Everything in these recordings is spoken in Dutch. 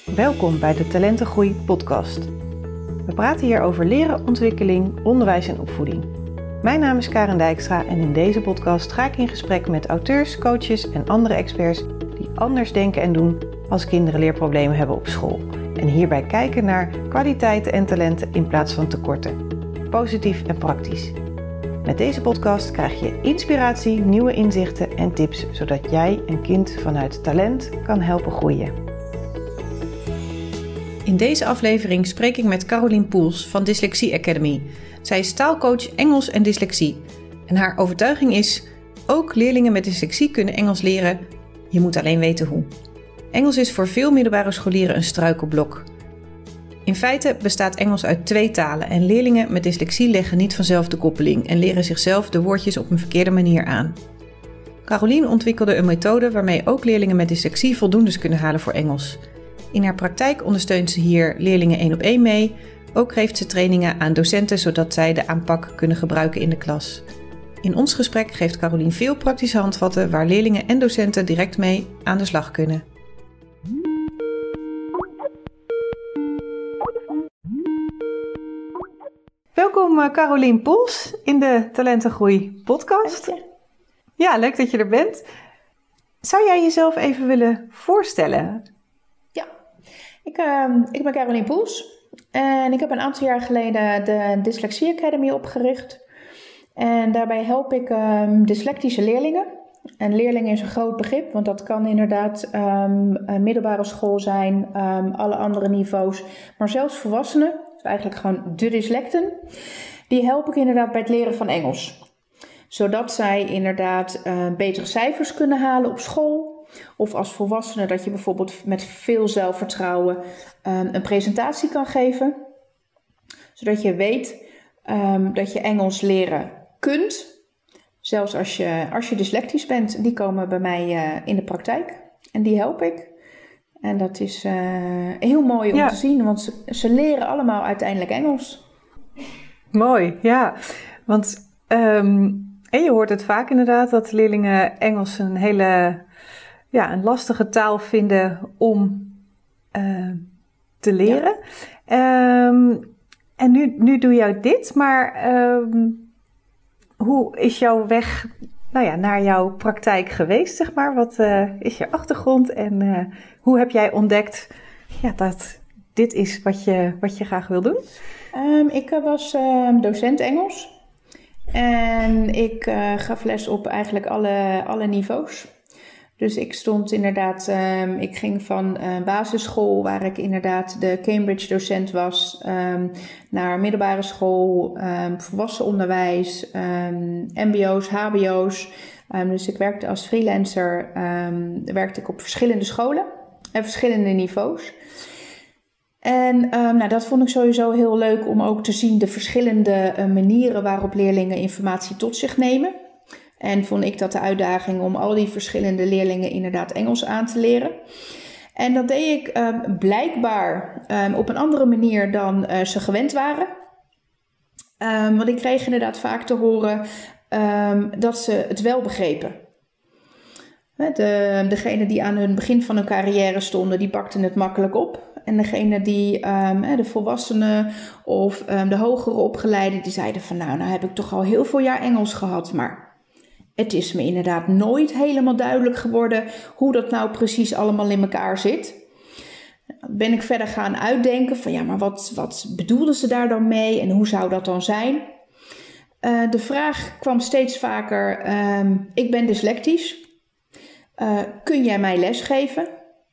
Welkom bij de Talentengroei podcast. We praten hier over leren, ontwikkeling, onderwijs en opvoeding. Mijn naam is Karen Dijkstra en in deze podcast ga ik in gesprek met auteurs, coaches en andere experts die anders denken en doen als kinderen leerproblemen hebben op school. En hierbij kijken naar kwaliteiten en talenten in plaats van tekorten. Positief en praktisch. Met deze podcast krijg je inspiratie, nieuwe inzichten en tips, zodat jij een kind vanuit talent kan helpen groeien. In deze aflevering spreek ik met Carolien Poels van Dyslexie Academy. Zij is taalcoach Engels en dyslexie. En haar overtuiging is, ook leerlingen met dyslexie kunnen Engels leren, je moet alleen weten hoe. Engels is voor veel middelbare scholieren een struikelblok. In feite bestaat Engels uit 2 talen en leerlingen met dyslexie leggen niet vanzelf de koppeling en leren zichzelf de woordjes op een verkeerde manier aan. Carolien ontwikkelde een methode waarmee ook leerlingen met dyslexie voldoendes kunnen halen voor Engels. In haar praktijk ondersteunt ze hier leerlingen 1-op-1 mee. Ook geeft ze trainingen aan docenten zodat zij de aanpak kunnen gebruiken in de klas. In ons gesprek geeft Carolien veel praktische handvatten waar leerlingen en docenten direct mee aan de slag kunnen. Welkom Carolien Poels in de Talentengroei podcast. Ja, leuk dat je er bent. Zou jij jezelf even willen voorstellen? Ja, ik ben Carolien Poels en ik heb een aantal jaar geleden de Dyslexie Academy opgericht. En daarbij help ik dyslectische leerlingen. En leerlingen is een groot begrip, want dat kan inderdaad middelbare school zijn, alle andere niveaus, maar zelfs volwassenen. Eigenlijk gewoon de dyslecten, die help ik inderdaad bij het leren van Engels. Zodat zij inderdaad betere cijfers kunnen halen op school. Of als volwassene dat je bijvoorbeeld met veel zelfvertrouwen een presentatie kan geven. Zodat je weet dat je Engels leren kunt. Zelfs als je dyslectisch bent, die komen bij mij in de praktijk. En die help ik. En dat is heel mooi om te zien, want ze leren allemaal uiteindelijk Engels. Mooi, ja. Want je hoort het vaak inderdaad dat leerlingen Engels een hele een lastige taal vinden om te leren. Ja. En nu doe jij dit, maar hoe is jouw weg naar jouw praktijk geweest, zeg maar? Wat is je achtergrond en hoe heb jij ontdekt dat dit is wat je graag wil doen? Ik was docent Engels en ik gaf les op eigenlijk alle niveaus. Dus ik stond inderdaad, ik ging van basisschool, waar ik inderdaad de Cambridge docent was, naar middelbare school, volwassen onderwijs, mbo's, hbo's. Dus ik werkte als freelancer, werkte ik op verschillende scholen en verschillende niveaus. En dat vond ik sowieso heel leuk om ook te zien de verschillende manieren waarop leerlingen informatie tot zich nemen. En vond ik dat de uitdaging om al die verschillende leerlingen inderdaad Engels aan te leren. En dat deed ik blijkbaar op een andere manier dan ze gewend waren. Want ik kreeg inderdaad vaak te horen dat ze het wel begrepen. Degene die aan hun begin van hun carrière stonden, die pakten het makkelijk op. En degene die, de volwassenen of de hogere opgeleiden, die zeiden van nou heb ik toch al heel veel jaar Engels gehad, maar het is me inderdaad nooit helemaal duidelijk geworden hoe dat nou precies allemaal in elkaar zit. Ben ik verder gaan uitdenken van maar wat bedoelden ze daar dan mee en hoe zou dat dan zijn? De vraag kwam steeds vaker, ik ben dyslectisch. Kun jij mij lesgeven?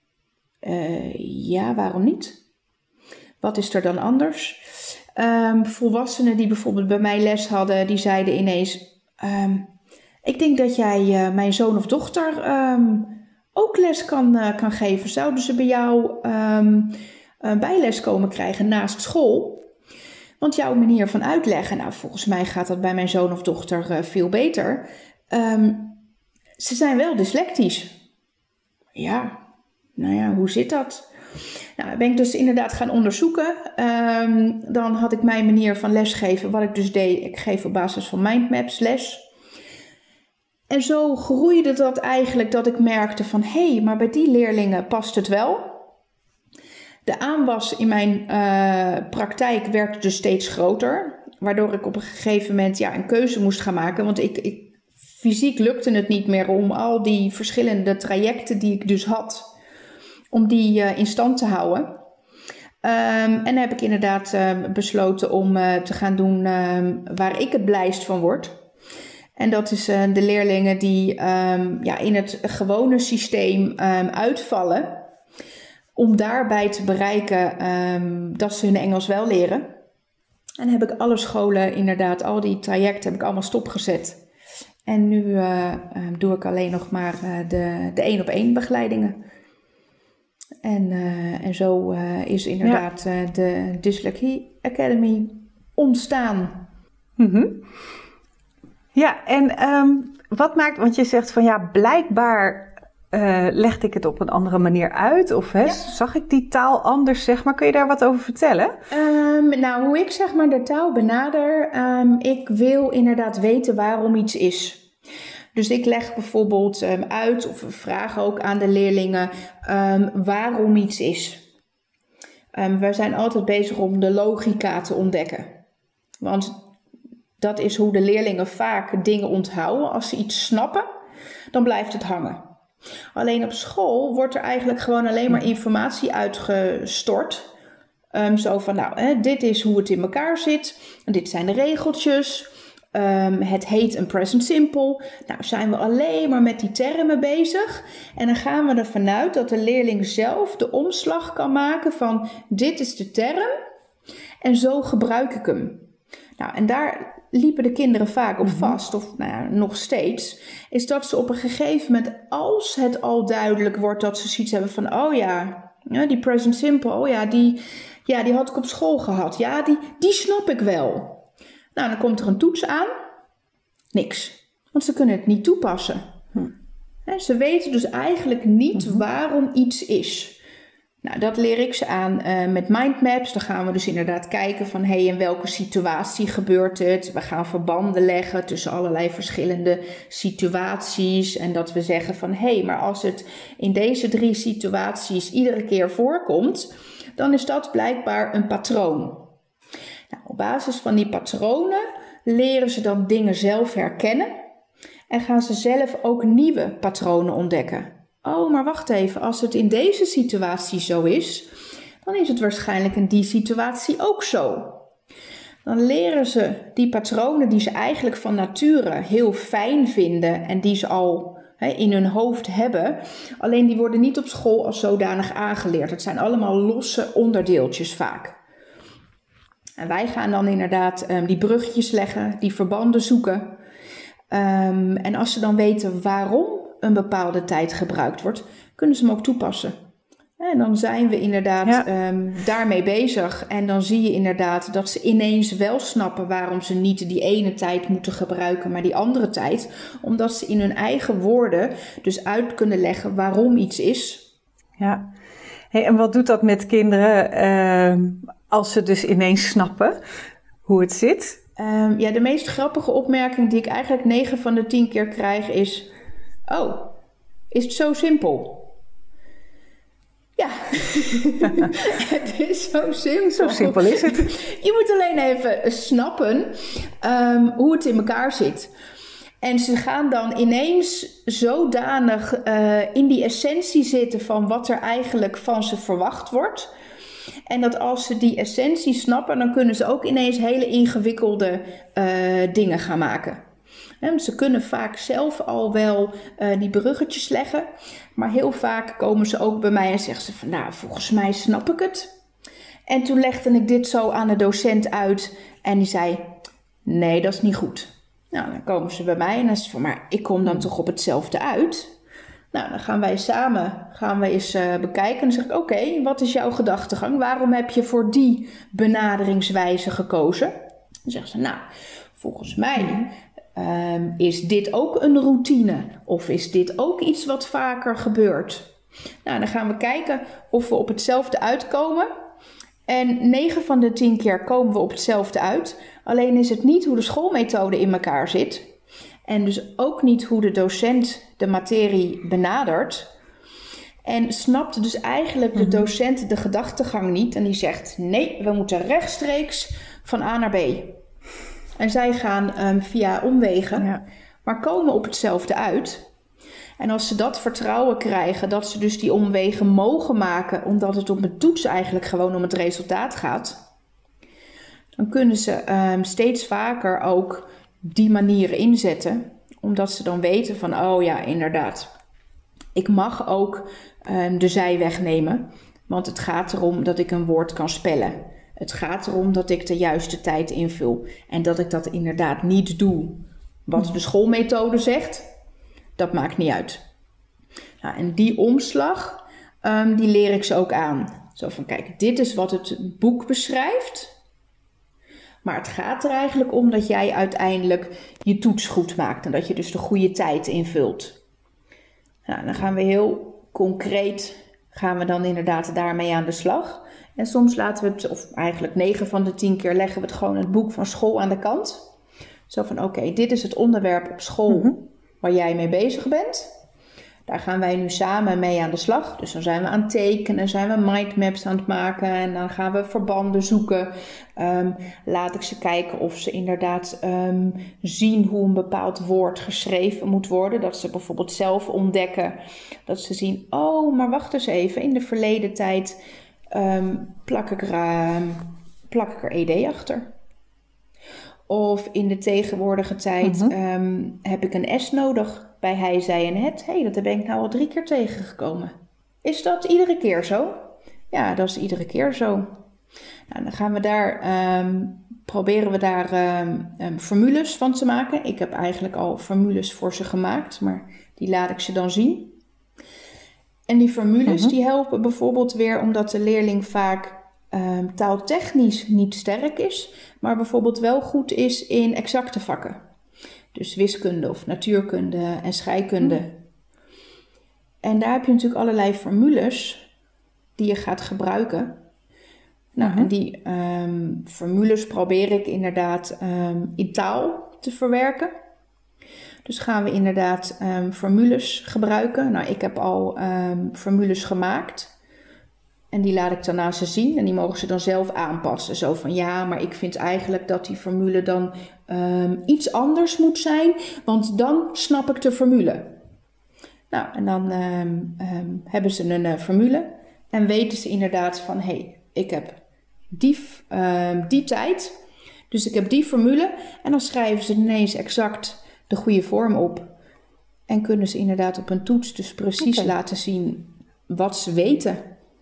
Ja, waarom niet? Wat is er dan anders? Volwassenen die bijvoorbeeld bij mij les hadden, die zeiden ineens, ik denk dat jij mijn zoon of dochter ook les kan geven. Zouden ze bij jou bijles komen krijgen naast school? Want jouw manier van uitleggen, volgens mij gaat dat bij mijn zoon of dochter veel beter. Ze zijn wel dyslectisch. Ja, hoe zit dat? Ben ik dus inderdaad gaan onderzoeken. Dan had ik mijn manier van lesgeven. Wat ik dus deed, ik geef op basis van mindmaps les. En zo groeide dat eigenlijk dat ik merkte van maar bij die leerlingen past het wel. De aanwas in mijn praktijk werd dus steeds groter. Waardoor ik op een gegeven moment een keuze moest gaan maken. Want fysiek lukte het niet meer om al die verschillende trajecten die ik dus had, om die in stand te houden. En dan heb ik inderdaad besloten om te gaan doen waar ik het blijst van word. En dat is de leerlingen die in het gewone systeem uitvallen. Om daarbij te bereiken dat ze hun Engels wel leren. En heb ik alle scholen, inderdaad, al die trajecten heb ik allemaal stopgezet. En nu doe ik alleen nog maar de 1-op-1 begeleidingen. En zo is inderdaad de Dyslexie Academy ontstaan. Mm-hmm. Ja, en wat maakt, want je zegt van blijkbaar legde ik het op een andere manier uit? Of zag ik die taal anders, zeg maar? Kun je daar wat over vertellen? Hoe ik zeg maar de taal benader, ik wil inderdaad weten waarom iets is. Dus ik leg bijvoorbeeld uit of vraag ook aan de leerlingen waarom iets is. We zijn altijd bezig om de logica te ontdekken. Want dat is hoe de leerlingen vaak dingen onthouden. Als ze iets snappen, dan blijft het hangen. Alleen op school wordt er eigenlijk gewoon alleen maar informatie uitgestort. Zo van, dit is hoe het in elkaar zit. En dit zijn de regeltjes. Het heet een present simple. Nou, zijn we alleen maar met die termen bezig. En dan gaan we ervan uit dat de leerling zelf de omslag kan maken van dit is de term en zo gebruik ik hem. Nou, en daar liepen de kinderen vaak op vast, of nog steeds, is dat ze op een gegeven moment, als het al duidelijk wordt dat ze zoiets hebben van, die present simple, die had ik op school gehad. Ja, die snap ik wel. Nou, dan komt er een toets aan. Niks. Want ze kunnen het niet toepassen. Ze weten dus eigenlijk niet waarom iets is. Nou, dat leer ik ze aan met mindmaps. Dan gaan we dus inderdaad kijken van in welke situatie gebeurt het. We gaan verbanden leggen tussen allerlei verschillende situaties. En dat we zeggen van maar als het in deze 3 situaties iedere keer voorkomt, dan is dat blijkbaar een patroon. Nou, op basis van die patronen leren ze dan dingen zelf herkennen. En gaan ze zelf ook nieuwe patronen ontdekken. Oh, maar wacht even, als het in deze situatie zo is, dan is het waarschijnlijk in die situatie ook zo. Dan leren ze die patronen die ze eigenlijk van nature heel fijn vinden en die ze al in hun hoofd hebben, alleen die worden niet op school als zodanig aangeleerd. Het zijn allemaal losse onderdeeltjes vaak. En wij gaan dan inderdaad die bruggetjes leggen, die verbanden zoeken. En als ze dan weten waarom een bepaalde tijd gebruikt wordt, kunnen ze hem ook toepassen. En dan zijn we inderdaad daarmee bezig. En dan zie je inderdaad dat ze ineens wel snappen waarom ze niet die ene tijd moeten gebruiken, maar die andere tijd. Omdat ze in hun eigen woorden dus uit kunnen leggen waarom iets is. Ja. En wat doet dat met kinderen als ze dus ineens snappen hoe het zit? De meest grappige opmerking die ik eigenlijk 9 van de 10 keer krijg is, oh, is het zo simpel? Ja, het is zo simpel. Zo simpel is het. Je moet alleen even snappen hoe het in elkaar zit. En ze gaan dan ineens zodanig in die essentie zitten van wat er eigenlijk van ze verwacht wordt. En dat als ze die essentie snappen, dan kunnen ze ook ineens hele ingewikkelde dingen gaan maken. Ze kunnen vaak zelf al wel die bruggetjes leggen. Maar heel vaak komen ze ook bij mij en zeggen ze van, volgens mij snap ik het. En toen legde ik dit zo aan de docent uit en die zei, nee, dat is niet goed. Nou, dan komen ze bij mij en dan is het van, maar ik kom dan toch op hetzelfde uit. Nou, dan gaan wij samen eens bekijken. En dan zeg ik, oké, wat is jouw gedachtegang? Waarom heb je voor die benaderingswijze gekozen? Dan zeggen ze, volgens mij is dit ook een routine? Of is dit ook iets wat vaker gebeurt? Nou, dan gaan we kijken of we op hetzelfde uitkomen. En 9 van de 10 keer komen we op hetzelfde uit. Alleen is het niet hoe de schoolmethode in elkaar zit. En dus ook niet hoe de docent de materie benadert. En snapte dus eigenlijk de docent de gedachtegang niet. En die zegt, nee, we moeten rechtstreeks van A naar B. En zij gaan via omwegen, maar komen op hetzelfde uit. En als ze dat vertrouwen krijgen, dat ze dus die omwegen mogen maken, omdat het op een toets eigenlijk gewoon om het resultaat gaat, dan kunnen ze steeds vaker ook die manieren inzetten. Omdat ze dan weten van, oh ja, inderdaad, ik mag ook de zijweg nemen. Want het gaat erom dat ik een woord kan spellen. Het gaat erom dat ik de juiste tijd invul. En dat ik dat inderdaad niet doe. Wat de schoolmethode zegt, dat maakt niet uit. Nou, en die omslag, die leer ik ze ook aan. Zo van, kijk, dit is wat het boek beschrijft. Maar het gaat er eigenlijk om dat jij uiteindelijk je toets goed maakt. En dat je dus de goede tijd invult. Nou, dan gaan we heel concreet, gaan we dan inderdaad daarmee aan de slag. En soms laten we het, of eigenlijk 9 van de 10 keer leggen we het gewoon het boek van school aan de kant. Zo van, oké, dit is het onderwerp op school waar jij mee bezig bent. Daar gaan wij nu samen mee aan de slag. Dus dan zijn we aan het tekenen, zijn we mindmaps aan het maken. En dan gaan we verbanden zoeken. Laat ik ze kijken of ze inderdaad zien hoe een bepaald woord geschreven moet worden. Dat ze bijvoorbeeld zelf ontdekken. Dat ze zien, oh, maar wacht eens even. In de verleden tijd plak ik er ED achter. Of in de tegenwoordige tijd heb ik een S nodig bij hij, zij en het. Dat ben ik nou al 3 keer tegengekomen. Is dat iedere keer zo? Ja, dat is iedere keer zo. Nou, dan gaan we daar, proberen we daar formules van te maken. Ik heb eigenlijk al formules voor ze gemaakt, maar die laat ik ze dan zien. En die formules die helpen bijvoorbeeld weer omdat de leerling vaak taaltechnisch niet sterk is, maar bijvoorbeeld wel goed is in exacte vakken. Dus wiskunde of natuurkunde en scheikunde. En daar heb je natuurlijk allerlei formules die je gaat gebruiken. Nou, en die formules probeer ik inderdaad in taal te verwerken. Dus gaan we inderdaad formules gebruiken. Nou, ik heb al formules gemaakt. En die laat ik dan aan ze zien en die mogen ze dan zelf aanpassen. Zo van, ja, maar ik vind eigenlijk dat die formule dan iets anders moet zijn, want dan snap ik de formule. Nou, en dan hebben ze een formule en weten ze inderdaad van, hé, ik heb die tijd, dus ik heb die formule. En dan schrijven ze ineens exact de goede vorm op. En kunnen ze inderdaad op een toets dus precies laten zien wat ze weten.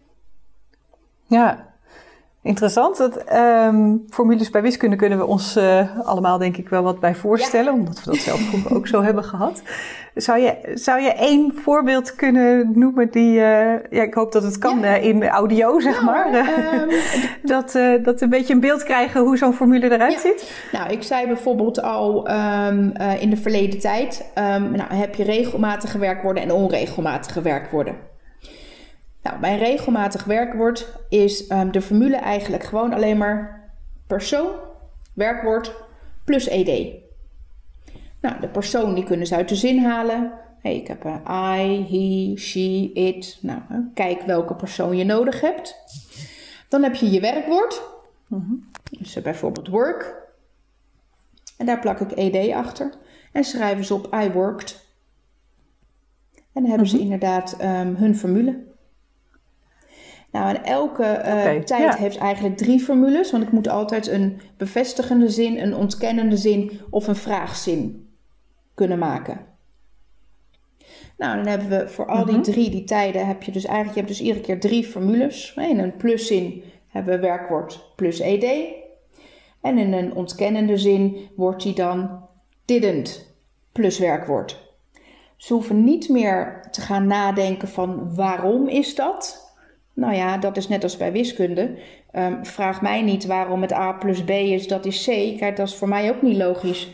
Ja, interessant. Dat, formules bij wiskunde kunnen we ons allemaal denk ik wel wat bij voorstellen. Ja. Omdat we dat zelf vroeger ook zo hebben gehad. Zou je 1 voorbeeld kunnen noemen die, ik hoop dat het kan in audio zeg maar. Dat we een beetje een beeld krijgen hoe zo'n formule eruit ziet? Nou, ik zei bijvoorbeeld al in de verleden tijd, heb je regelmatige werkwoorden en onregelmatige werkwoorden. Nou, bij een regelmatig werkwoord is de formule eigenlijk gewoon alleen maar persoon, werkwoord plus ed. Nou, de persoon die kunnen ze uit de zin halen. Ik heb I, he, she, it. Nou, kijk welke persoon je nodig hebt. Dan heb je je werkwoord. Dus bijvoorbeeld work. En daar plak ik ed achter. En schrijven ze op I worked. En dan hebben ze inderdaad hun formule. Nou, en elke tijd heeft eigenlijk 3 formules. Want ik moet altijd een bevestigende zin, een ontkennende zin of een vraagzin kunnen maken. Nou, dan hebben we voor al die tijden heb je dus eigenlijk, je hebt dus iedere keer 3 formules. In een pluszin hebben we werkwoord plus ed. En in een ontkennende zin wordt die dan didn't plus werkwoord. Ze hoeven niet meer te gaan nadenken van waarom is dat? Nou ja, dat is net als bij wiskunde. Vraag mij niet waarom het a plus b is, dat is c. Kijk, dat is voor mij ook niet logisch.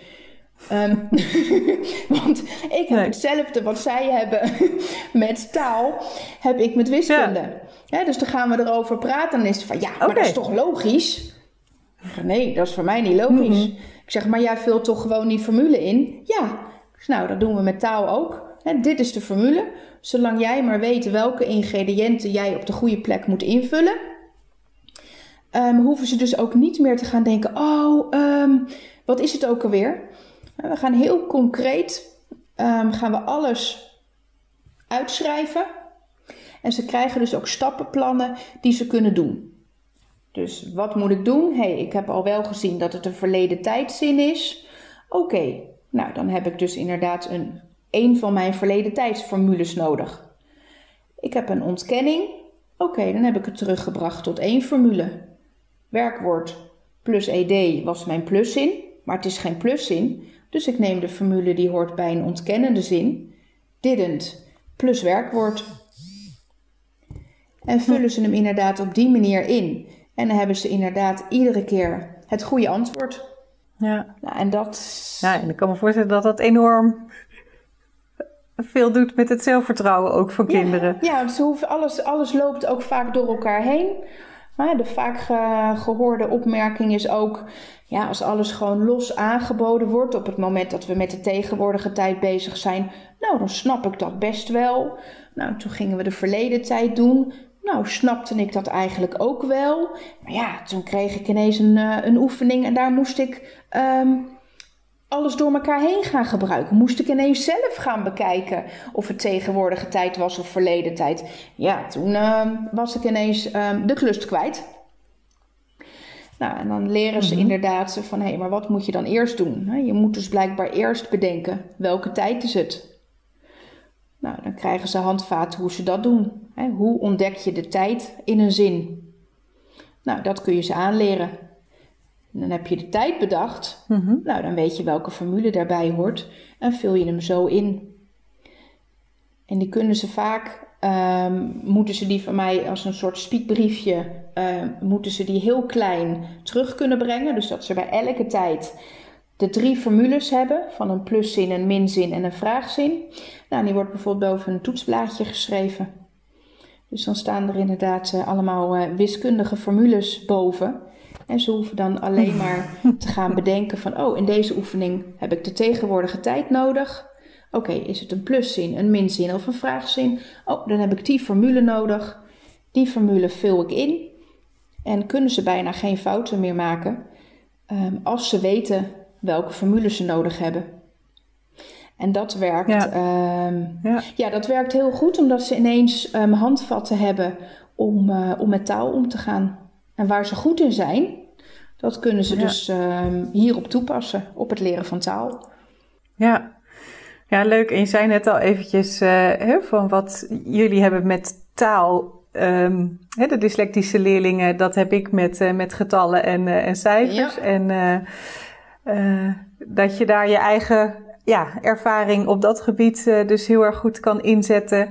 Want ik heb hetzelfde wat zij hebben met taal, heb ik met wiskunde. Ja, dus dan gaan we erover praten en is het van, maar dat is toch logisch? Nee, dat is voor mij niet logisch. Ik zeg, maar jij vult toch gewoon die formule in? Ja, nou, dat doen we met taal ook. Dit is de formule. Zolang jij maar weet welke ingrediënten jij op de goede plek moet invullen, hoeven ze dus ook niet meer te gaan denken, wat is het ook alweer? We gaan heel concreet, gaan we alles uitschrijven. En ze krijgen dus ook stappenplannen die ze kunnen doen. Dus wat moet ik doen? Ik heb al wel gezien dat het een verleden tijdzin is. Oké, nou dan heb ik dus inderdaad een van mijn verleden tijdsformules nodig. Ik heb een ontkenning. Oké, dan heb ik het teruggebracht tot 1 formule. Werkwoord plus ed was mijn pluszin, maar het is geen pluszin. Dus ik neem de formule die hoort bij een ontkennende zin. Didn't plus werkwoord. En vullen ze hem inderdaad op die manier in. En dan hebben ze inderdaad iedere keer het goede antwoord. Ja. Nou, en en ik kan me voorstellen dat dat enorm veel doet met het zelfvertrouwen ook van kinderen. Ja, dus alles loopt ook vaak door elkaar heen. Maar de vaak gehoorde opmerking is ook, als alles gewoon los aangeboden wordt op het moment dat we met de tegenwoordige tijd bezig zijn, nou dan snap ik dat best wel. Nou, toen gingen we de verleden tijd doen. Nou, snapte ik dat eigenlijk ook wel. Maar toen kreeg ik ineens een oefening en daar moest ik alles door elkaar heen gaan gebruiken. Moest ik ineens zelf gaan bekijken of het tegenwoordige tijd was of verleden tijd. Ja, toen was ik ineens de klus kwijt. Nou, en dan leren ze inderdaad van, maar wat moet je dan eerst doen? Je moet dus blijkbaar eerst bedenken, welke tijd is het? Nou, dan krijgen ze handvaten hoe ze dat doen. Hoe ontdek je de tijd in een zin? Nou, dat kun je ze aanleren. En dan heb je de tijd bedacht. Nou, dan weet je welke formule daarbij hoort. En vul je hem zo in. En die kunnen ze vaak, moeten ze die van mij als een soort spiekbriefje, moeten ze die heel klein terug kunnen brengen. Dus dat ze bij elke tijd de 3 formules hebben van een pluszin, een minzin en een vraagzin. Nou, die wordt bijvoorbeeld boven een toetsblaadje geschreven. Dus dan staan er inderdaad allemaal wiskundige formules boven. En ze hoeven dan alleen maar te gaan bedenken van, in deze oefening heb ik de tegenwoordige tijd nodig. Oké, is het een pluszin, een minzin of een vraagzin? Dan heb ik die formule nodig. Die formule vul ik in. En kunnen ze bijna geen fouten meer maken als ze weten welke formules ze nodig hebben. En dat werkt, dat werkt heel goed, omdat ze ineens handvatten hebben om met taal om te gaan. En waar ze goed in zijn, dat kunnen ze dus hierop toepassen, op het leren van taal. Ja, leuk. En je zei net al eventjes van wat jullie hebben met taal. De dyslectische leerlingen, dat heb ik met getallen en cijfers. Ja. En dat je daar je eigen ervaring op dat gebied dus heel erg goed kan inzetten.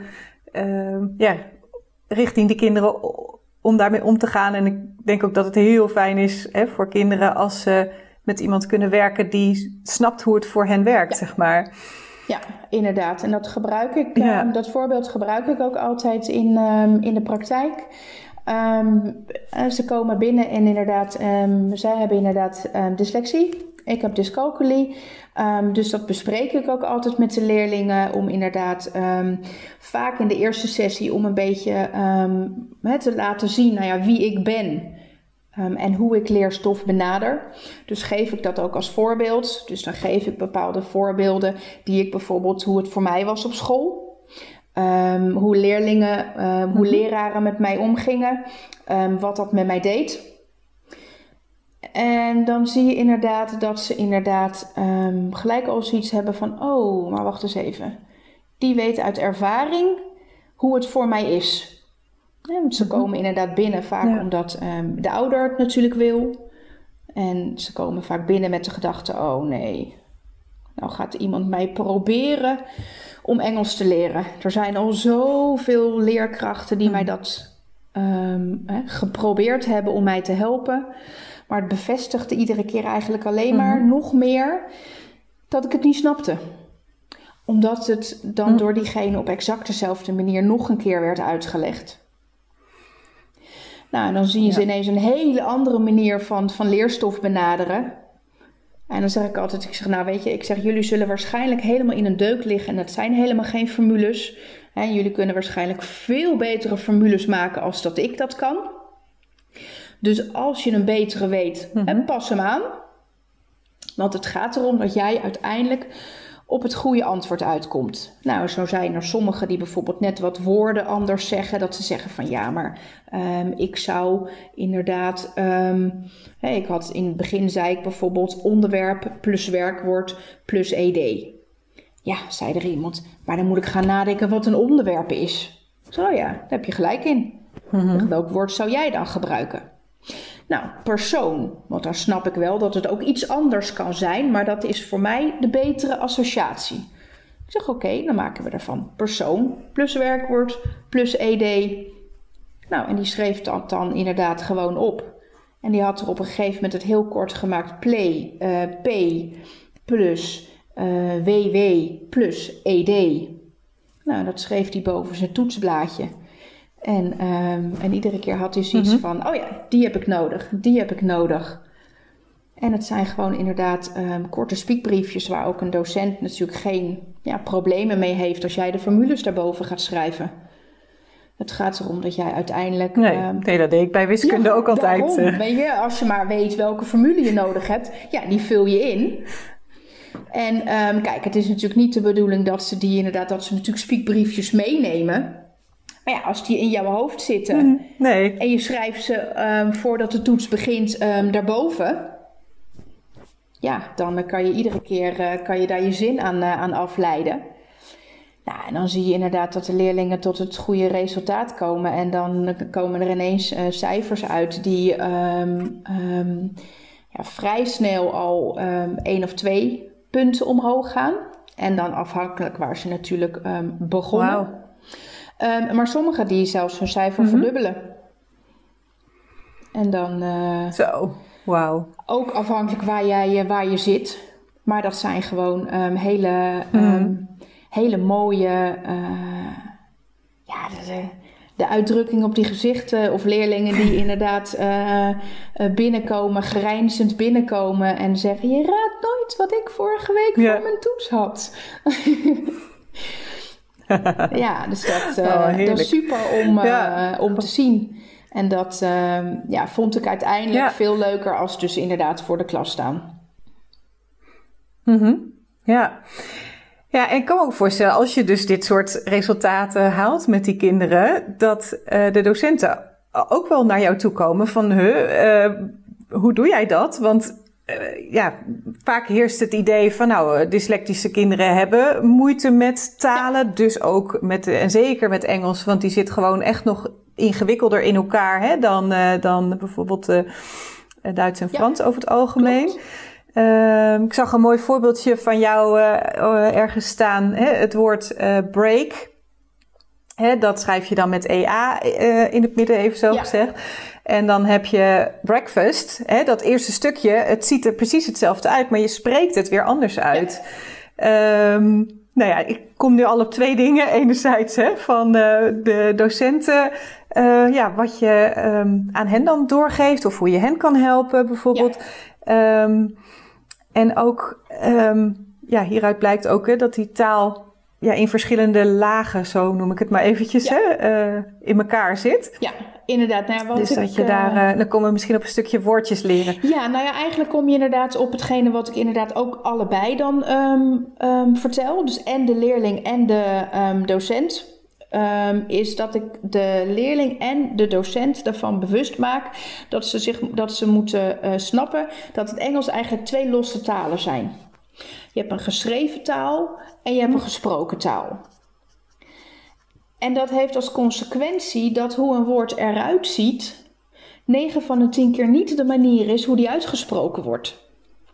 Richting de kinderen om daarmee om te gaan. En ik denk ook dat het heel fijn is voor kinderen als ze met iemand kunnen werken die snapt hoe het voor hen werkt, zeg maar. Ja, inderdaad. En dat gebruik ik. Dat voorbeeld gebruik ik ook altijd in de praktijk. Ze komen binnen en inderdaad, zij hebben inderdaad dyslexie. Ik heb dyscalculie. Dus dat bespreek ik ook altijd met de leerlingen om inderdaad vaak in de eerste sessie om een beetje te laten zien wie ik ben. En hoe ik leerstof benader. Dus geef ik dat ook als voorbeeld. Dus dan geef ik bepaalde voorbeelden die ik bijvoorbeeld hoe het voor mij was op school. Hoe leerlingen, hoe leraren met mij omgingen. Wat dat met mij deed. En dan zie je inderdaad dat ze gelijk al zoiets hebben van, maar wacht eens even. Die weet uit ervaring hoe het voor mij is. Ja, want ze komen inderdaad binnen vaak omdat de ouder het natuurlijk wil. En ze komen vaak binnen met de gedachte, nee, nou gaat iemand mij proberen om Engels te leren. Er zijn al zoveel leerkrachten die mij dat geprobeerd hebben om mij te helpen. Maar het bevestigde iedere keer eigenlijk alleen maar nog meer dat ik het niet snapte. Omdat het dan door diegene op exact dezelfde manier nog een keer werd uitgelegd. Nou, en dan zien ze ineens een hele andere manier van leerstof benaderen. En dan zeg ik altijd, jullie zullen waarschijnlijk helemaal in een deuk liggen. En dat zijn helemaal geen formules. En jullie kunnen waarschijnlijk veel betere formules maken als dat ik dat kan. Dus als je een betere weet, pas hem aan. Want het gaat erom dat jij uiteindelijk op het goede antwoord uitkomt. Nou, zo zijn er sommigen die bijvoorbeeld net wat woorden anders zeggen. Dat ze zeggen van ja, maar ik zou inderdaad... ik had in het begin zei ik bijvoorbeeld onderwerp plus werkwoord plus ed. Ja, zei er iemand, maar dan moet ik gaan nadenken wat een onderwerp is. Zo ja, daar heb je gelijk in. Welk woord zou jij dan gebruiken? Nou, persoon, want dan snap ik wel dat het ook iets anders kan zijn, maar dat is voor mij de betere associatie. Ik zeg oké, dan maken we ervan persoon plus werkwoord plus ed. Nou, en die schreef dat dan inderdaad gewoon op. En die had er op een gegeven moment het heel kort gemaakt p plus ww plus ed. Nou, dat schreef hij boven zijn toetsblaadje. En iedere keer had hij zoiets van, oh ja, die heb ik nodig. En het zijn gewoon inderdaad korte spiekbriefjes waar ook een docent natuurlijk geen problemen mee heeft als jij de formules daarboven gaat schrijven. Het gaat erom dat jij uiteindelijk... Nee, dat deed ik bij wiskunde ook altijd. Daarom, weet je, als je maar weet welke formule je nodig hebt, ja, die vul je in. En kijk, het is natuurlijk niet de bedoeling dat ze natuurlijk spiekbriefjes meenemen. Maar ja, als die in jouw hoofd zitten en je schrijft ze voordat de toets begint daarboven, ja, dan kan je iedere keer daar je zin aan afleiden. Nou, en dan zie je inderdaad dat de leerlingen tot het goede resultaat komen en dan komen er ineens cijfers uit die vrij snel al 1 of 2 punten omhoog gaan. En dan afhankelijk waar ze natuurlijk begonnen. Wow. Maar sommigen die zelfs hun cijfer verdubbelen. En dan... Zo, wauw. Ook afhankelijk waar je zit. Maar dat zijn gewoon hele mooie... de uitdrukking op die gezichten of leerlingen die inderdaad binnenkomen, grijnzend binnenkomen en zeggen, je raadt nooit wat ik vorige week voor mijn toets had. Ja, dus dat is super om te zien. En dat vond ik uiteindelijk veel leuker als dus inderdaad voor de klas staan. Ja. Ja, en ik kan me ook voorstellen, als je dus dit soort resultaten haalt met die kinderen, dat de docenten ook wel naar jou toe komen van, hoe doe jij dat? Want vaak heerst het idee van, dyslectische kinderen hebben moeite met talen, dus ook en zeker met Engels, want die zit gewoon echt nog ingewikkelder in elkaar dan bijvoorbeeld Duits en Frans over het algemeen. Klopt. Ik zag een mooi voorbeeldje van jou ergens staan. Het woord break. Dat schrijf je dan met EA in het midden, even zo gezegd. En dan heb je breakfast. Dat eerste stukje, het ziet er precies hetzelfde uit, maar je spreekt het weer anders uit. Ik kom nu al op 2 dingen. Enerzijds van de docenten, wat je aan hen dan doorgeeft of hoe je hen kan helpen bijvoorbeeld. Ja. En ook, hieruit blijkt ook dat die taal in verschillende lagen, zo noem ik het maar eventjes, in elkaar zit. Ja, inderdaad. Dus dat je daar, dan komen we misschien op een stukje woordjes leren. Ja, eigenlijk kom je inderdaad op hetgene wat ik inderdaad ook allebei dan vertel. Dus en de leerling en de docent. Is dat ik de leerling en de docent ervan bewust maak dat ze moeten snappen dat het Engels eigenlijk 2 losse talen zijn. Je hebt een geschreven taal en je hebt een gesproken taal. En dat heeft als consequentie dat hoe een woord eruit ziet, 9 van de 10 keer niet de manier is hoe die uitgesproken wordt.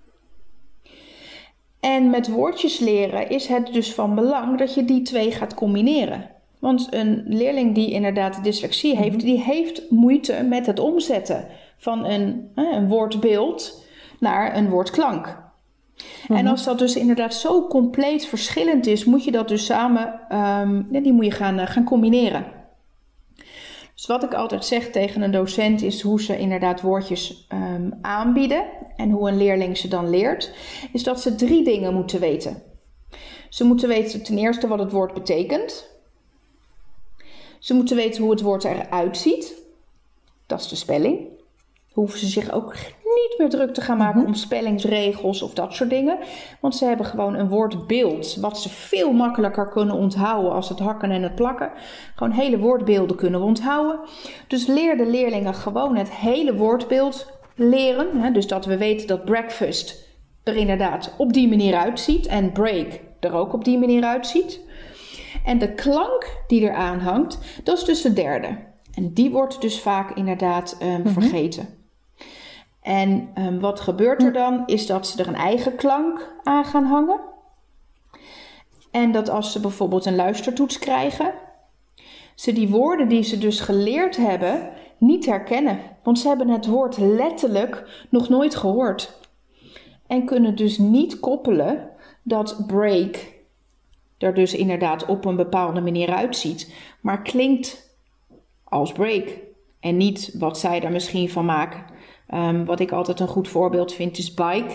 En met woordjes leren is het dus van belang dat je die 2 gaat combineren. Want een leerling die inderdaad dyslexie heeft, die heeft moeite met het omzetten van een woordbeeld naar een woordklank. En als dat dus inderdaad zo compleet verschillend is, moet je dat dus samen, die moet je gaan combineren. Dus wat ik altijd zeg tegen een docent is hoe ze inderdaad woordjes aanbieden en hoe een leerling ze dan leert, is dat ze 3 dingen moeten weten. Ze moeten weten ten eerste wat het woord betekent. Ze moeten weten hoe het woord eruit ziet. Dat is de spelling. Hoeven ze zich ook niet meer druk te gaan maken om spellingsregels of dat soort dingen. Want ze hebben gewoon een woordbeeld wat ze veel makkelijker kunnen onthouden als het hakken en het plakken. Gewoon hele woordbeelden kunnen we onthouden. Dus leer de leerlingen gewoon het hele woordbeeld leren. Hè? Dus dat we weten dat breakfast er inderdaad op die manier uitziet en break er ook op die manier uitziet. En de klank die eraan hangt, dat is dus de derde. En die wordt dus vaak inderdaad vergeten. En wat gebeurt er dan, is dat ze er een eigen klank aan gaan hangen. En dat als ze bijvoorbeeld een luistertoets krijgen, ze die woorden die ze dus geleerd hebben niet herkennen. Want ze hebben het woord letterlijk nog nooit gehoord. En kunnen dus niet koppelen dat break er dus inderdaad op een bepaalde manier uitziet. Maar klinkt als break. En niet wat zij er misschien van maken. Wat ik altijd een goed voorbeeld vind is bike.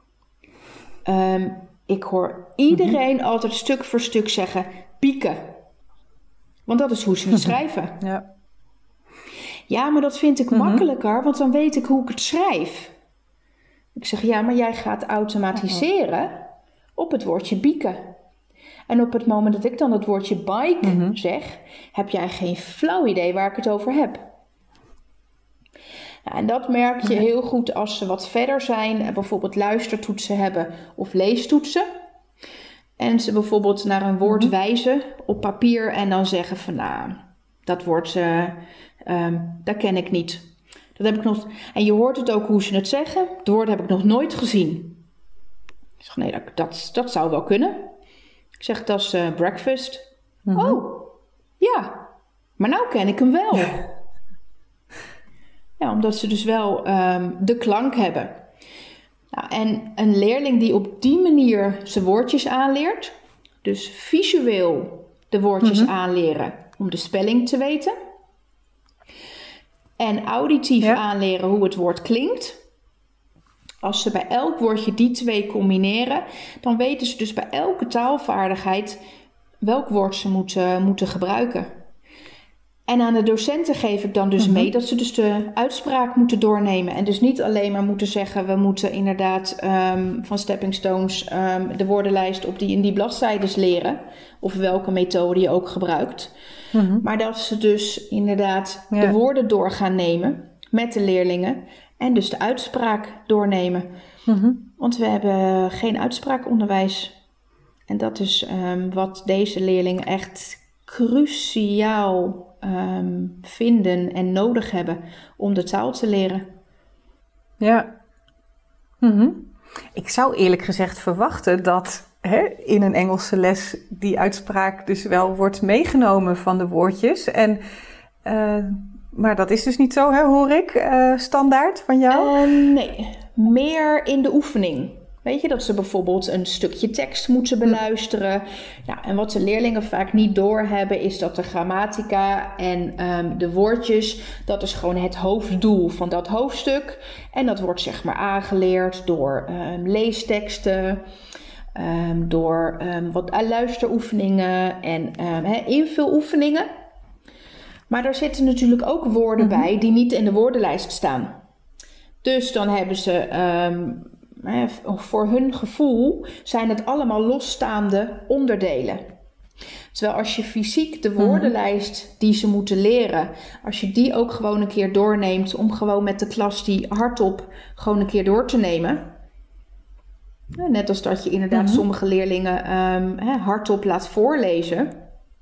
Ik hoor iedereen altijd stuk voor stuk zeggen pieken. Want dat is hoe ze het schrijven. Ja, maar dat vind ik makkelijker, want dan weet ik hoe ik het schrijf. Ik zeg, ja, maar jij gaat automatiseren op het woordje bieken. En op het moment dat ik dan het woordje bike zeg, heb jij geen flauw idee waar ik het over heb. Nou, en dat merk je heel goed als ze wat verder zijn en bijvoorbeeld luistertoetsen hebben of leestoetsen. En ze bijvoorbeeld naar een woord wijzen op papier en dan zeggen van nou, dat woord, dat ken ik niet. Dat heb ik nog. En je hoort het ook hoe ze het zeggen. Het woord heb ik nog nooit gezien. Ik zeg nee, dat zou wel kunnen. Ik zeg dat is breakfast. Oh, ja. Maar nou ken ik hem wel. Ja, omdat ze dus wel de klank hebben. Nou, en een leerling die op die manier zijn woordjes aanleert, dus visueel de woordjes aanleren om de spelling te weten, en auditief aanleren hoe het woord klinkt. Als ze bij elk woordje die twee combineren, dan weten ze dus bij elke taalvaardigheid welk woord ze moeten gebruiken. En aan de docenten geef ik dan dus mee dat ze dus de uitspraak moeten doornemen. En dus niet alleen maar moeten zeggen, we moeten inderdaad van Stepping Stones de woordenlijst op die in die bladzijdes leren. Of welke methode je ook gebruikt. Maar dat ze dus inderdaad de woorden door gaan nemen met de leerlingen. En dus de uitspraak doornemen. Want we hebben geen uitspraakonderwijs. En dat is wat deze leerlingen echt cruciaal vinden en nodig hebben om de taal te leren. Ja. Ik zou eerlijk gezegd verwachten dat in een Engelse les die uitspraak dus wel wordt meegenomen van de woordjes. En, maar dat is dus niet zo, hoor ik, standaard van jou? Nee, meer in de oefening. Weet je, dat ze bijvoorbeeld een stukje tekst moeten beluisteren. Nou, en wat de leerlingen vaak niet doorhebben is dat de grammatica en de woordjes, dat is gewoon het hoofddoel van dat hoofdstuk. En dat wordt zeg maar aangeleerd door leesteksten, door wat luisteroefeningen en invuloefeningen. Maar daar zitten natuurlijk ook woorden bij die niet in de woordenlijst staan. Dus dan hebben ze voor hun gevoel zijn het allemaal losstaande onderdelen. Terwijl als je fysiek de woordenlijst die ze moeten leren, als je die ook gewoon een keer doorneemt om gewoon met de klas die hardop gewoon een keer door te nemen. Net als dat je inderdaad sommige leerlingen hardop laat voorlezen.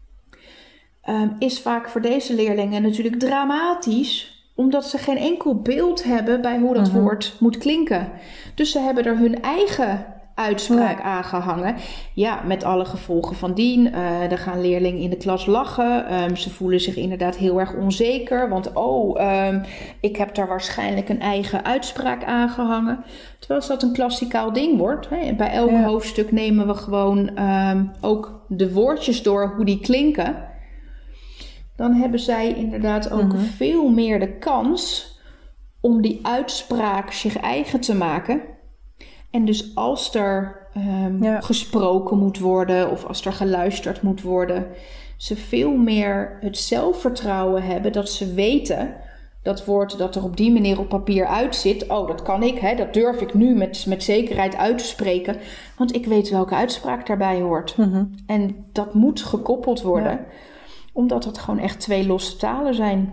Is vaak voor deze leerlingen natuurlijk dramatisch, omdat ze geen enkel beeld hebben bij hoe dat woord moet klinken. Dus ze hebben er hun eigen uitspraak aangehangen. Ja, met alle gevolgen van dien. Er gaan leerlingen in de klas lachen. Ze voelen zich inderdaad heel erg onzeker. Want ik heb daar waarschijnlijk een eigen uitspraak aangehangen. Terwijl als dat een klassikaal ding wordt. Bij elk hoofdstuk nemen we gewoon ook de woordjes door hoe die klinken. Dan hebben zij inderdaad ook veel meer de kans om die uitspraak zich eigen te maken. En dus als er gesproken moet worden of als er geluisterd moet worden, ze veel meer het zelfvertrouwen hebben dat ze weten dat woord dat er op die manier op papier uitzit. Oh, dat kan ik, hè, dat durf ik nu met zekerheid uit te spreken. Want ik weet welke uitspraak daarbij hoort. Mm-hmm. En dat moet gekoppeld worden, omdat het gewoon echt 2 losse talen zijn.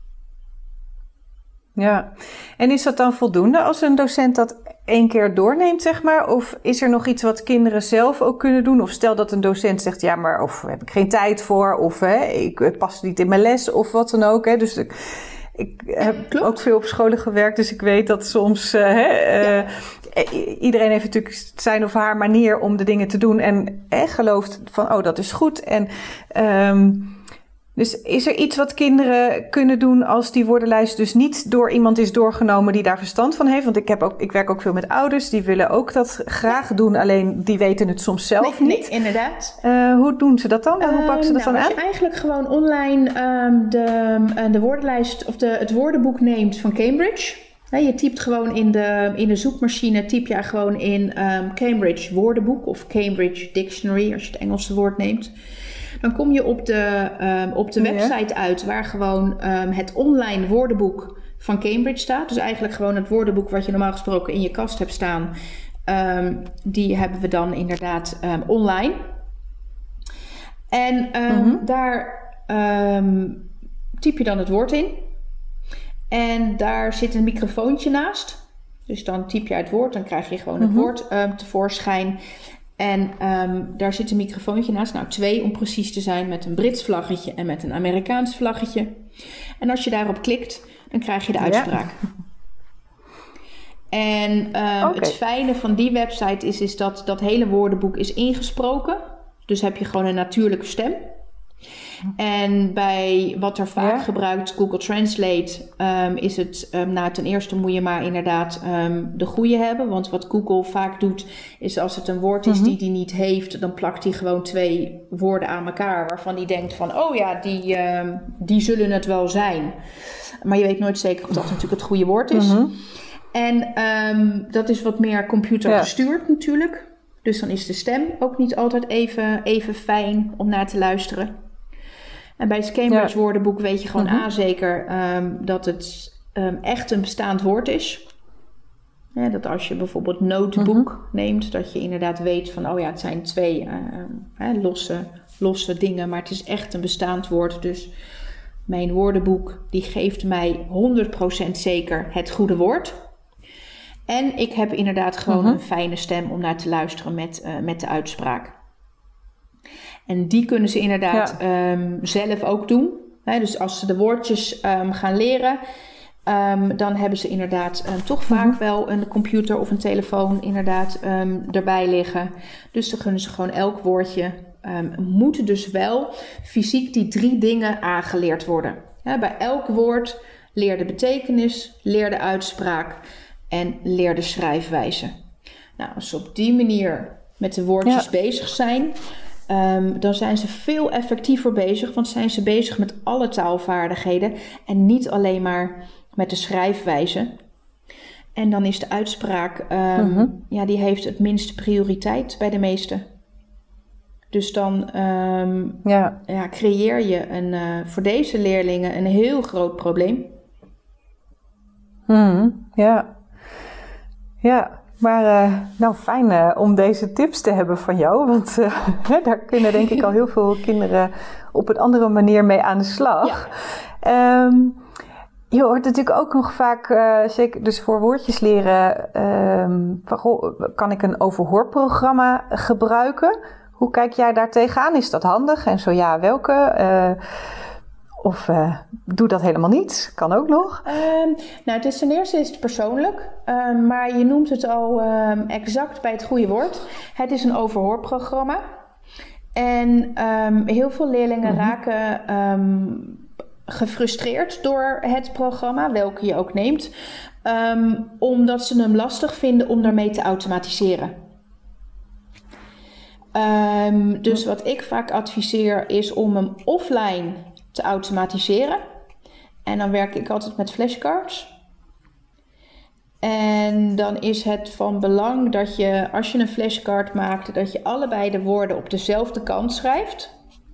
Ja, en is dat dan voldoende als een docent dat 1 keer doorneemt, zeg maar? Of is er nog iets wat kinderen zelf ook kunnen doen? Of stel dat een docent zegt, ja, maar of heb ik geen tijd voor, of ik pas niet in mijn les, of wat dan ook. Hè? Dus ik heb ook veel op scholen gewerkt, dus ik weet dat soms iedereen heeft natuurlijk zijn of haar manier om de dingen te doen en gelooft van, oh, dat is goed. En dus is er iets wat kinderen kunnen doen als die woordenlijst dus niet door iemand is doorgenomen die daar verstand van heeft? Want ik werk ook veel met ouders, die willen ook dat graag doen, alleen die weten het soms zelf niet. Nee, inderdaad. Hoe doen ze dat dan? Hoe pakken ze dat dan aan? Als je eigenlijk gewoon online de woordenlijst of het woordenboek neemt van Cambridge. Je typt gewoon in de zoekmachine, typ je gewoon in Cambridge woordenboek of Cambridge Dictionary, als je het Engelse woord neemt. Dan kom je op de website uit waar gewoon het online woordenboek van Cambridge staat. Dus eigenlijk gewoon het woordenboek wat je normaal gesproken in je kast hebt staan. Die hebben we dan inderdaad online. En daar typ je dan het woord in. En daar zit een microfoontje naast. Dus dan typ je het woord, dan krijg je gewoon het woord tevoorschijn. En daar zit een microfoontje naast. Nou, 2 om precies te zijn, met een Brits vlaggetje en met een Amerikaans vlaggetje. En als je daarop klikt, dan krijg je de uitspraak. Ja. En het fijne van die website is dat hele woordenboek is ingesproken. Dus heb je gewoon een natuurlijke stem. En bij wat er vaak gebruikt, Google Translate, is het, ten eerste moet je maar inderdaad de goede hebben. Want wat Google vaak doet, is als het een woord is die niet heeft, dan plakt hij gewoon 2 woorden aan elkaar, waarvan hij denkt van, oh ja, die zullen het wel zijn. Maar je weet nooit zeker of dat natuurlijk het goede woord is. En dat is wat meer computergestuurd natuurlijk. Dus dan is de stem ook niet altijd even fijn om naar te luisteren. En bij het Cambridge woordenboek weet je gewoon zeker dat het echt een bestaand woord is. Ja, dat als je bijvoorbeeld notebook neemt, dat je inderdaad weet van, oh ja, het zijn 2 losse dingen, maar het is echt een bestaand woord. Dus mijn woordenboek die geeft mij 100% zeker het goede woord. En ik heb inderdaad gewoon een fijne stem om naar te luisteren met de uitspraak. En die kunnen ze inderdaad zelf ook doen. Dus als ze de woordjes gaan leren, dan hebben ze inderdaad toch vaak wel een computer of een telefoon inderdaad erbij liggen. Dus dan kunnen ze gewoon elk woordje, moeten dus wel fysiek die 3 dingen aangeleerd worden. Ja, bij elk woord leer de betekenis, leer de uitspraak en leer de schrijfwijze. Nou, als ze op die manier met de woordjes bezig zijn, dan zijn ze veel effectiever bezig, want zijn ze bezig met alle taalvaardigheden en niet alleen maar met de schrijfwijze. En dan is de uitspraak, die heeft het minste prioriteit bij de meesten. Dus dan creëer je voor deze leerlingen een heel groot probleem. Maar fijn om deze tips te hebben van jou. Want daar kunnen denk ik al heel veel kinderen op een andere manier mee aan de slag. Ja. Je hoort natuurlijk ook nog vaak, zeker dus voor woordjes leren, kan ik een overhoorprogramma gebruiken? Hoe kijk jij daar tegenaan? Is dat handig? En zo ja, welke? Of doe dat helemaal niet? Kan ook nog. Het is ten eerste is het persoonlijk. Maar je noemt het al exact bij het goede woord. Het is een overhoorprogramma. En heel veel leerlingen raken gefrustreerd door het programma, welke je ook neemt. Omdat ze hem lastig vinden om daarmee te automatiseren. Dus wat ik vaak adviseer is om hem offline te automatiseren. En dan werk ik altijd met flashcards. En dan is het van belang dat je, als je een flashcard maakt, dat je allebei de woorden op dezelfde kant schrijft.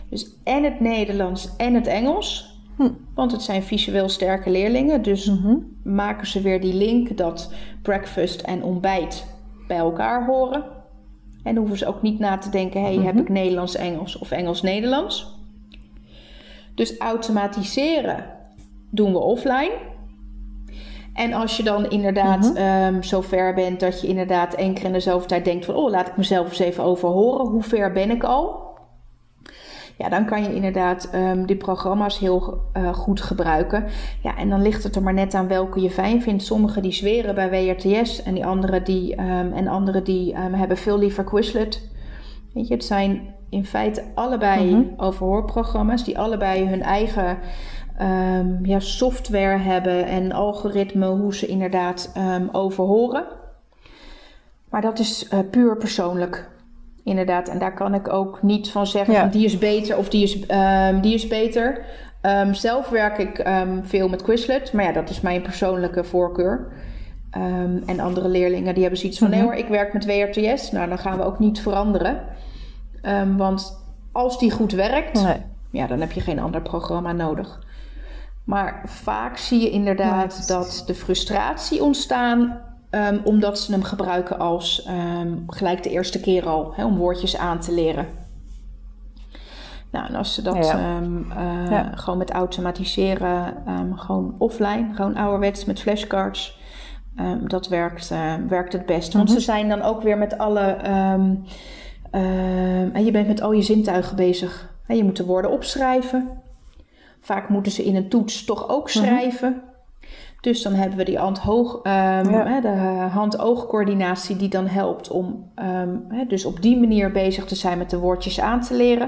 Dus en het Nederlands en het Engels. Want het zijn visueel sterke leerlingen. Dus maken ze weer die link dat breakfast en ontbijt bij elkaar horen. En hoeven ze ook niet na te denken, heb ik Nederlands-Engels of Engels-Nederlands. Dus automatiseren doen we offline. En als je dan inderdaad zo ver bent dat je inderdaad 1 keer in de zoveel tijd denkt van, laat ik mezelf eens even overhoren. Hoe ver ben ik al? Ja, dan kan je inderdaad die programma's heel goed gebruiken. Ja, en dan ligt het er maar net aan welke je fijn vindt. Sommigen die zweren bij WRTS en die anderen die hebben veel liever Quizlet. Weet je, het zijn in feite allebei overhoorprogramma's die allebei hun eigen software hebben en algoritme hoe ze inderdaad overhoren. Maar dat is puur persoonlijk. Inderdaad, en daar kan ik ook niet van zeggen van die is beter of die is beter. Zelf werk ik veel met Quizlet, maar ja, dat is mijn persoonlijke voorkeur. En andere leerlingen die hebben zoiets van nee hoor, ik werk met WRTS. Nou, dan gaan we ook niet veranderen. Want als die goed werkt, dan heb je geen ander programma nodig. Maar vaak zie je inderdaad dat de frustratie ontstaan omdat ze hem gebruiken als gelijk de eerste keer al, om woordjes aan te leren. Nou, en als ze dat gewoon met automatiseren, gewoon offline, gewoon ouderwets met flashcards, dat werkt het best. Want ze zijn dan ook weer met alle, en je bent met al je zintuigen bezig. Je moet de woorden opschrijven. Vaak moeten ze in een toets toch ook schrijven. Dus dan hebben we die de hand-oogcoördinatie die dan helpt om dus op die manier bezig te zijn met de woordjes aan te leren.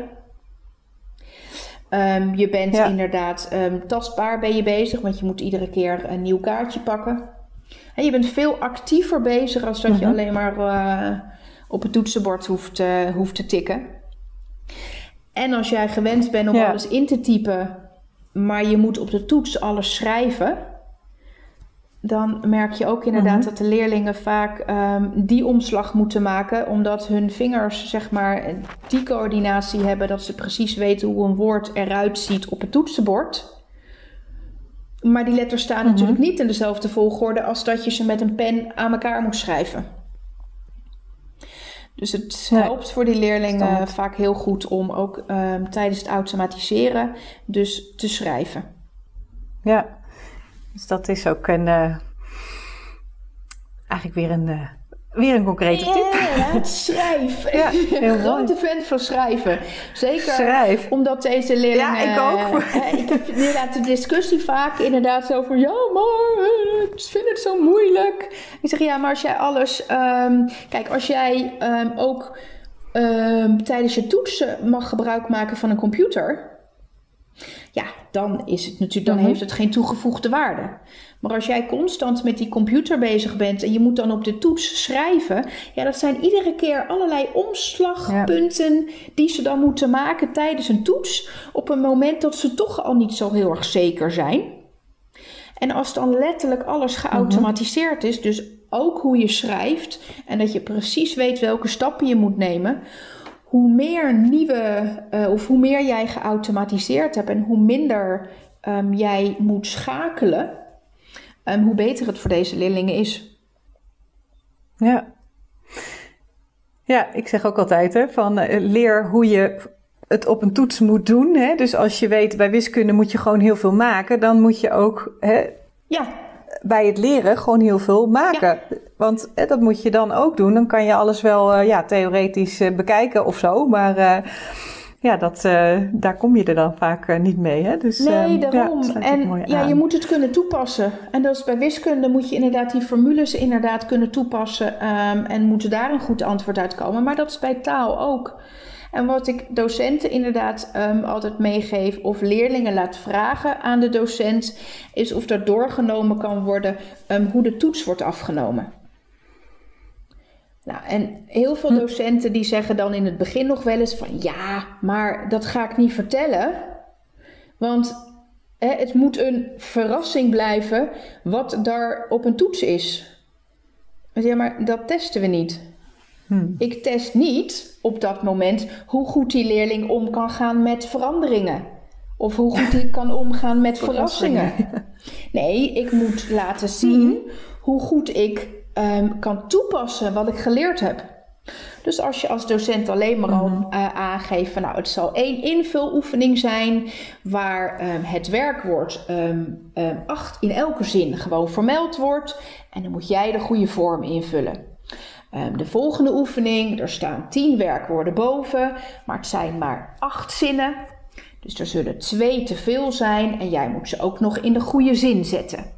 Je bent inderdaad tastbaar ben je bezig, want je moet iedere keer een nieuw kaartje pakken. En je bent veel actiever bezig als dat je alleen maar op het toetsenbord hoeft te tikken. En als jij gewend bent om alles in te typen, maar je moet op de toets alles schrijven, dan merk je ook inderdaad dat de leerlingen vaak die omslag moeten maken, omdat hun vingers zeg maar die coördinatie hebben dat ze precies weten hoe een woord eruit ziet op het toetsenbord. Maar die letters staan natuurlijk niet in dezelfde volgorde als dat je ze met een pen aan elkaar moet schrijven. Dus het helpt voor die leerlingen vaak heel goed om ook tijdens het automatiseren dus te schrijven. Ja, dus dat is ook eigenlijk weer een concrete tip. Ja, schrijven. Ja, heel grote fan van schrijven. Zeker omdat deze leerlingen... Ja, ik ook. Ik heb inderdaad de discussie vaak inderdaad zo van, ja, maar ik vind het zo moeilijk. Ik zeg, ja, maar als jij alles... kijk, als jij ook tijdens je toetsen mag gebruik maken van een computer, ja, dan is het natuurlijk, dan heeft het geen toegevoegde waarde. Maar als jij constant met die computer bezig bent en je moet dan op de toets schrijven, ja, dat zijn iedere keer allerlei omslagpunten die ze dan moeten maken tijdens een toets op een moment dat ze toch al niet zo heel erg zeker zijn. En als dan letterlijk alles geautomatiseerd is, dus ook hoe je schrijft en dat je precies weet welke stappen je moet nemen, hoe meer jij geautomatiseerd hebt en hoe minder jij moet schakelen, hoe beter het voor deze leerlingen is. Ja, ik zeg ook altijd leer hoe je het op een toets moet doen. Hè? Dus als je weet, bij wiskunde moet je gewoon heel veel maken, dan moet je ook bij het leren gewoon heel veel maken. Ja. Want dat moet je dan ook doen. Dan kan je alles wel theoretisch bekijken of zo, maar daar kom je er dan vaak niet mee. Hè? Dus, nee, daarom. Je moet het kunnen toepassen. En dat is bij wiskunde moet je inderdaad die formules inderdaad kunnen toepassen en moet daar een goed antwoord uitkomen. Maar dat is bij taal ook. En wat ik docenten inderdaad altijd meegeef of leerlingen laat vragen aan de docent, is of er doorgenomen kan worden hoe de toets wordt afgenomen. Nou, en heel veel docenten die zeggen dan in het begin nog wel eens van, ja, maar dat ga ik niet vertellen. Want het moet een verrassing blijven wat daar op een toets is. Ja, maar dat testen we niet. Ik test niet op dat moment hoe goed die leerling om kan gaan met veranderingen. Of hoe goed hij kan omgaan met verrassingen. Nee, ik moet laten zien hoe goed ik kan toepassen wat ik geleerd heb. Dus als je als docent alleen maar al aangeeft van het zal 1 invuloefening zijn waar het werkwoord 8 in elke zin gewoon vermeld wordt. En dan moet jij de goede vorm invullen. De volgende oefening, er staan 10 werkwoorden boven, maar het zijn maar 8 zinnen. Dus er zullen 2 te veel zijn en jij moet ze ook nog in de goede zin zetten.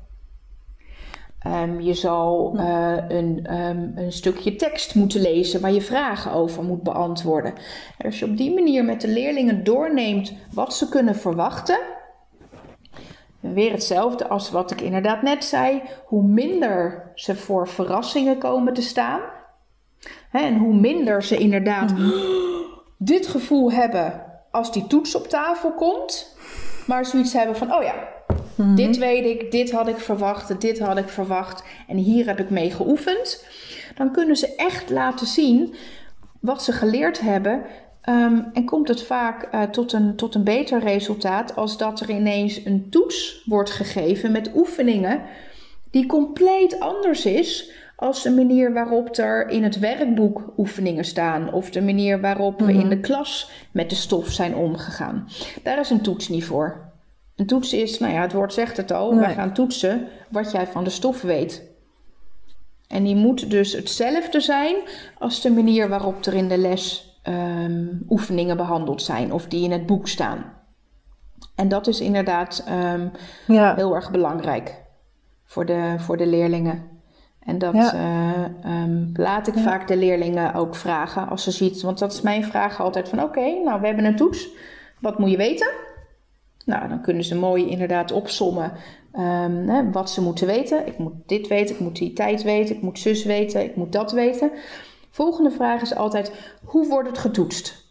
Je zal een stukje tekst moeten lezen waar je vragen over moet beantwoorden. En als je op die manier met de leerlingen doorneemt wat ze kunnen verwachten. Weer hetzelfde als wat ik inderdaad net zei. Hoe minder ze voor verrassingen komen te staan. En hoe minder ze inderdaad dit gevoel hebben als die toets op tafel komt. Maar zoiets hebben van, dit weet ik, dit had ik verwacht en hier heb ik mee geoefend. Dan kunnen ze echt laten zien wat ze geleerd hebben. En komt het vaak tot een beter resultaat als dat er ineens een toets wordt gegeven met oefeningen die compleet anders is als de manier waarop er in het werkboek oefeningen staan of de manier waarop we in de klas met de stof zijn omgegaan. Daar is een toets niet voor. Een toets is, het woord zegt het al, wij gaan toetsen wat jij van de stof weet. En die moet dus hetzelfde zijn als de manier waarop er in de les oefeningen behandeld zijn of die in het boek staan. En dat is inderdaad heel erg belangrijk voor de leerlingen. En dat laat ik vaak de leerlingen ook vragen als ze ziet. Want dat is mijn vraag altijd van we hebben een toets. Wat moet je weten? Nou, dan kunnen ze mooi inderdaad opsommen wat ze moeten weten. Ik moet dit weten, ik moet die tijd weten, ik moet zus weten, ik moet dat weten. Volgende vraag is altijd, hoe wordt het getoetst?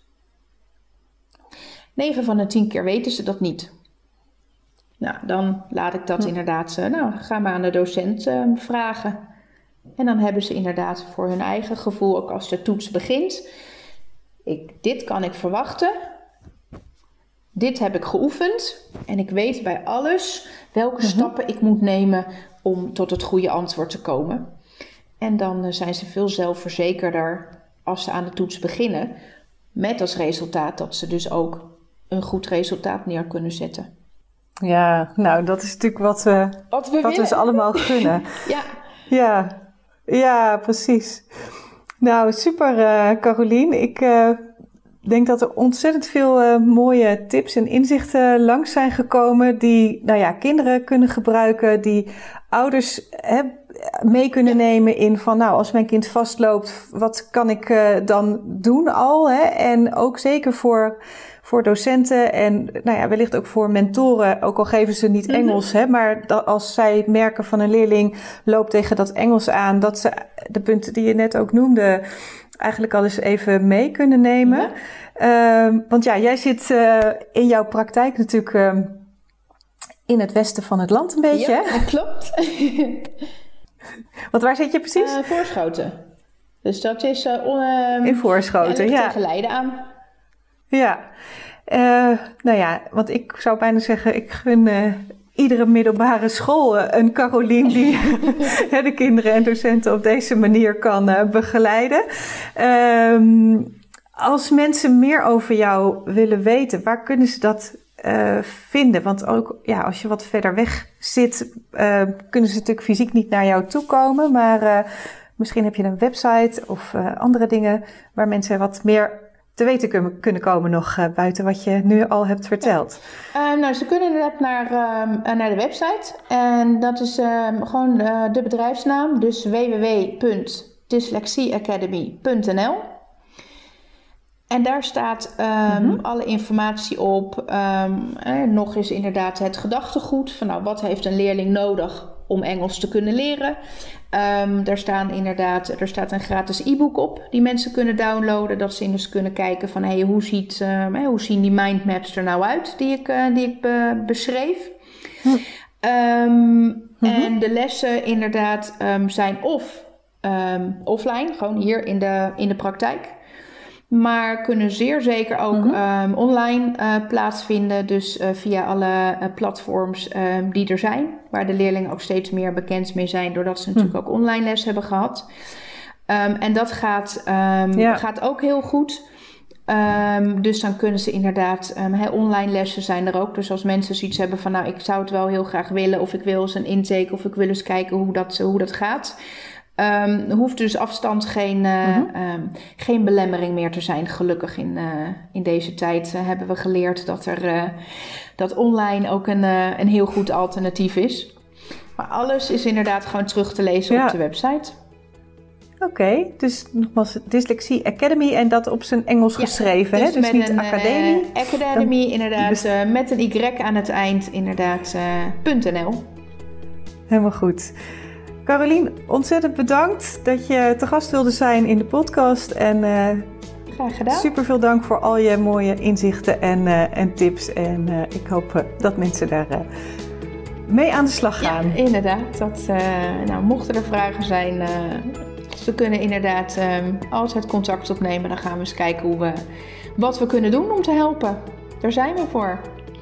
9 van de 10 keer weten ze dat niet. Nou, dan laat ik dat inderdaad, ga maar aan de docent vragen. En dan hebben ze inderdaad voor hun eigen gevoel, ook als de toets begint. Dit kan ik verwachten. Dit heb ik geoefend. En ik weet bij alles welke stappen ik moet nemen om tot het goede antwoord te komen. En dan zijn ze veel zelfverzekerder als ze aan de toets beginnen. Met als resultaat dat ze dus ook een goed resultaat neer kunnen zetten. Ja, nou dat is natuurlijk wat we dus allemaal gunnen. Ja, precies. Nou, super Carolien. Ik denk dat er ontzettend veel mooie tips en inzichten langs zijn gekomen die kinderen kunnen gebruiken, die ouders mee kunnen nemen in van als mijn kind vastloopt, wat kan ik dan doen al? En ook zeker voor docenten en wellicht ook voor mentoren, ook al geven ze niet Engels, maar als zij merken van een leerling loopt tegen dat Engels aan, dat ze de punten die je net ook noemde eigenlijk al eens even mee kunnen nemen. Want jij zit in jouw praktijk natuurlijk in het westen van het land een beetje. Ja, dat klopt. Want waar zit je precies? Voorschoten. Dus dat is in Voorschoten, tegen Leiden aan. Ja, want ik zou bijna zeggen, ik gun iedere middelbare school een Carolien die de kinderen en docenten op deze manier kan begeleiden. Als mensen meer over jou willen weten, waar kunnen ze dat vinden? Want ook als je wat verder weg zit, kunnen ze natuurlijk fysiek niet naar jou toe komen. Maar misschien heb je een website of andere dingen waar mensen wat meer te weten kunnen komen nog buiten wat je nu al hebt verteld. Ze kunnen inderdaad naar de website. En dat is gewoon de bedrijfsnaam. Dus www.dyslexieacademy.nl. En daar staat alle informatie op. Nog eens inderdaad het gedachtegoed. Van wat heeft een leerling nodig om Engels te kunnen leren. Er staat een gratis e-book op die mensen kunnen downloaden. Dat ze dus kunnen kijken van hoe zien die mindmaps er nou uit die ik beschreef. En de lessen inderdaad zijn of offline, gewoon hier in de praktijk. Maar kunnen zeer zeker ook online plaatsvinden. Dus via alle platforms die er zijn. Waar de leerlingen ook steeds meer bekend mee zijn. Doordat ze natuurlijk ook online les hebben gehad. En dat gaat ook heel goed. Dus dan kunnen ze inderdaad, online lessen zijn er ook. Dus als mensen zoiets hebben van, nou, ik zou het wel heel graag willen. Of ik wil eens een intake. Of ik wil eens kijken hoe dat gaat. Hoeft dus afstand geen belemmering meer te zijn. Gelukkig in deze tijd hebben we geleerd dat online ook een heel goed alternatief is. Maar alles is inderdaad gewoon terug te lezen op de website. Oké, dus nogmaals Dyslexie Academy en dat op zijn Engels geschreven, dus hè? Dus niet Academie. Academy, inderdaad, met een Y aan het eind, inderdaad, .nl. Helemaal goed. Carolien, ontzettend bedankt dat je te gast wilde zijn in de podcast. En graag gedaan. Super veel dank voor al je mooie inzichten en tips. En ik hoop dat mensen daar mee aan de slag gaan. Ja, inderdaad. Mochten er vragen zijn, we kunnen inderdaad altijd contact opnemen. Dan gaan we eens kijken wat we kunnen doen om te helpen. Daar zijn we voor.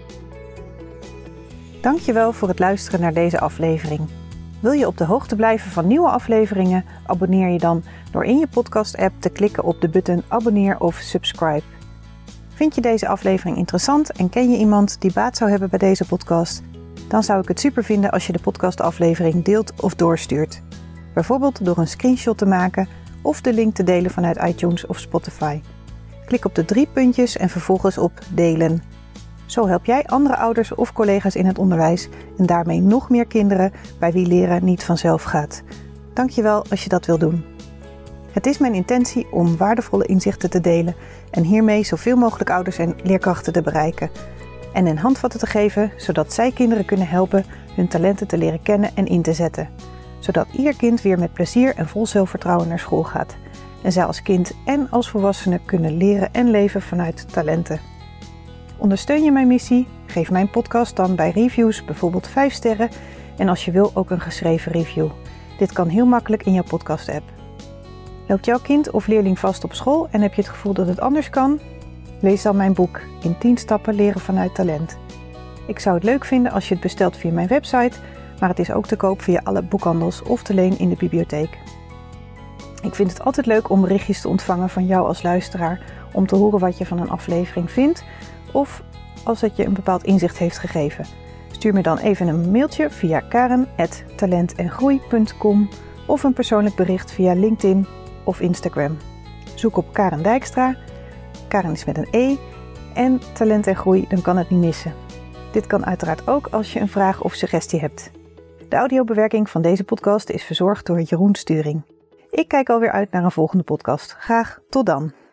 Dankjewel voor het luisteren naar deze aflevering. Wil je op de hoogte blijven van nieuwe afleveringen? Abonneer je dan door in je podcast-app te klikken op de button abonneer of subscribe. Vind je deze aflevering interessant en ken je iemand die baat zou hebben bij deze podcast? Dan zou ik het super vinden als je de podcastaflevering deelt of doorstuurt. Bijvoorbeeld door een screenshot te maken of de link te delen vanuit iTunes of Spotify. Klik op de 3 puntjes en vervolgens op delen. Zo help jij andere ouders of collega's in het onderwijs en daarmee nog meer kinderen bij wie leren niet vanzelf gaat. Dankjewel als je dat wil doen. Het is mijn intentie om waardevolle inzichten te delen en hiermee zoveel mogelijk ouders en leerkrachten te bereiken. En hen handvatten te geven zodat zij kinderen kunnen helpen hun talenten te leren kennen en in te zetten. Zodat ieder kind weer met plezier en vol zelfvertrouwen naar school gaat. En zij als kind en als volwassene kunnen leren en leven vanuit talenten. Ondersteun je mijn missie? Geef mijn podcast dan bij reviews bijvoorbeeld 5 sterren en als je wil ook een geschreven review. Dit kan heel makkelijk in jouw podcast-app. Loopt jouw kind of leerling vast op school en heb je het gevoel dat het anders kan? Lees dan mijn boek In 10 stappen leren vanuit talent. Ik zou het leuk vinden als je het bestelt via mijn website, maar het is ook te koop via alle boekhandels of te leen in de bibliotheek. Ik vind het altijd leuk om berichtjes te ontvangen van jou als luisteraar om te horen wat je van een aflevering vindt of als het je een bepaald inzicht heeft gegeven. Stuur me dan even een mailtje via karen@talentengroei.com of een persoonlijk bericht via LinkedIn of Instagram. Zoek op Karen Dijkstra, Karen is met een E en Talent en Groei, dan kan het niet missen. Dit kan uiteraard ook als je een vraag of suggestie hebt. De audiobewerking van deze podcast is verzorgd door Jeroen Sturing. Ik kijk alweer uit naar een volgende podcast. Graag tot dan!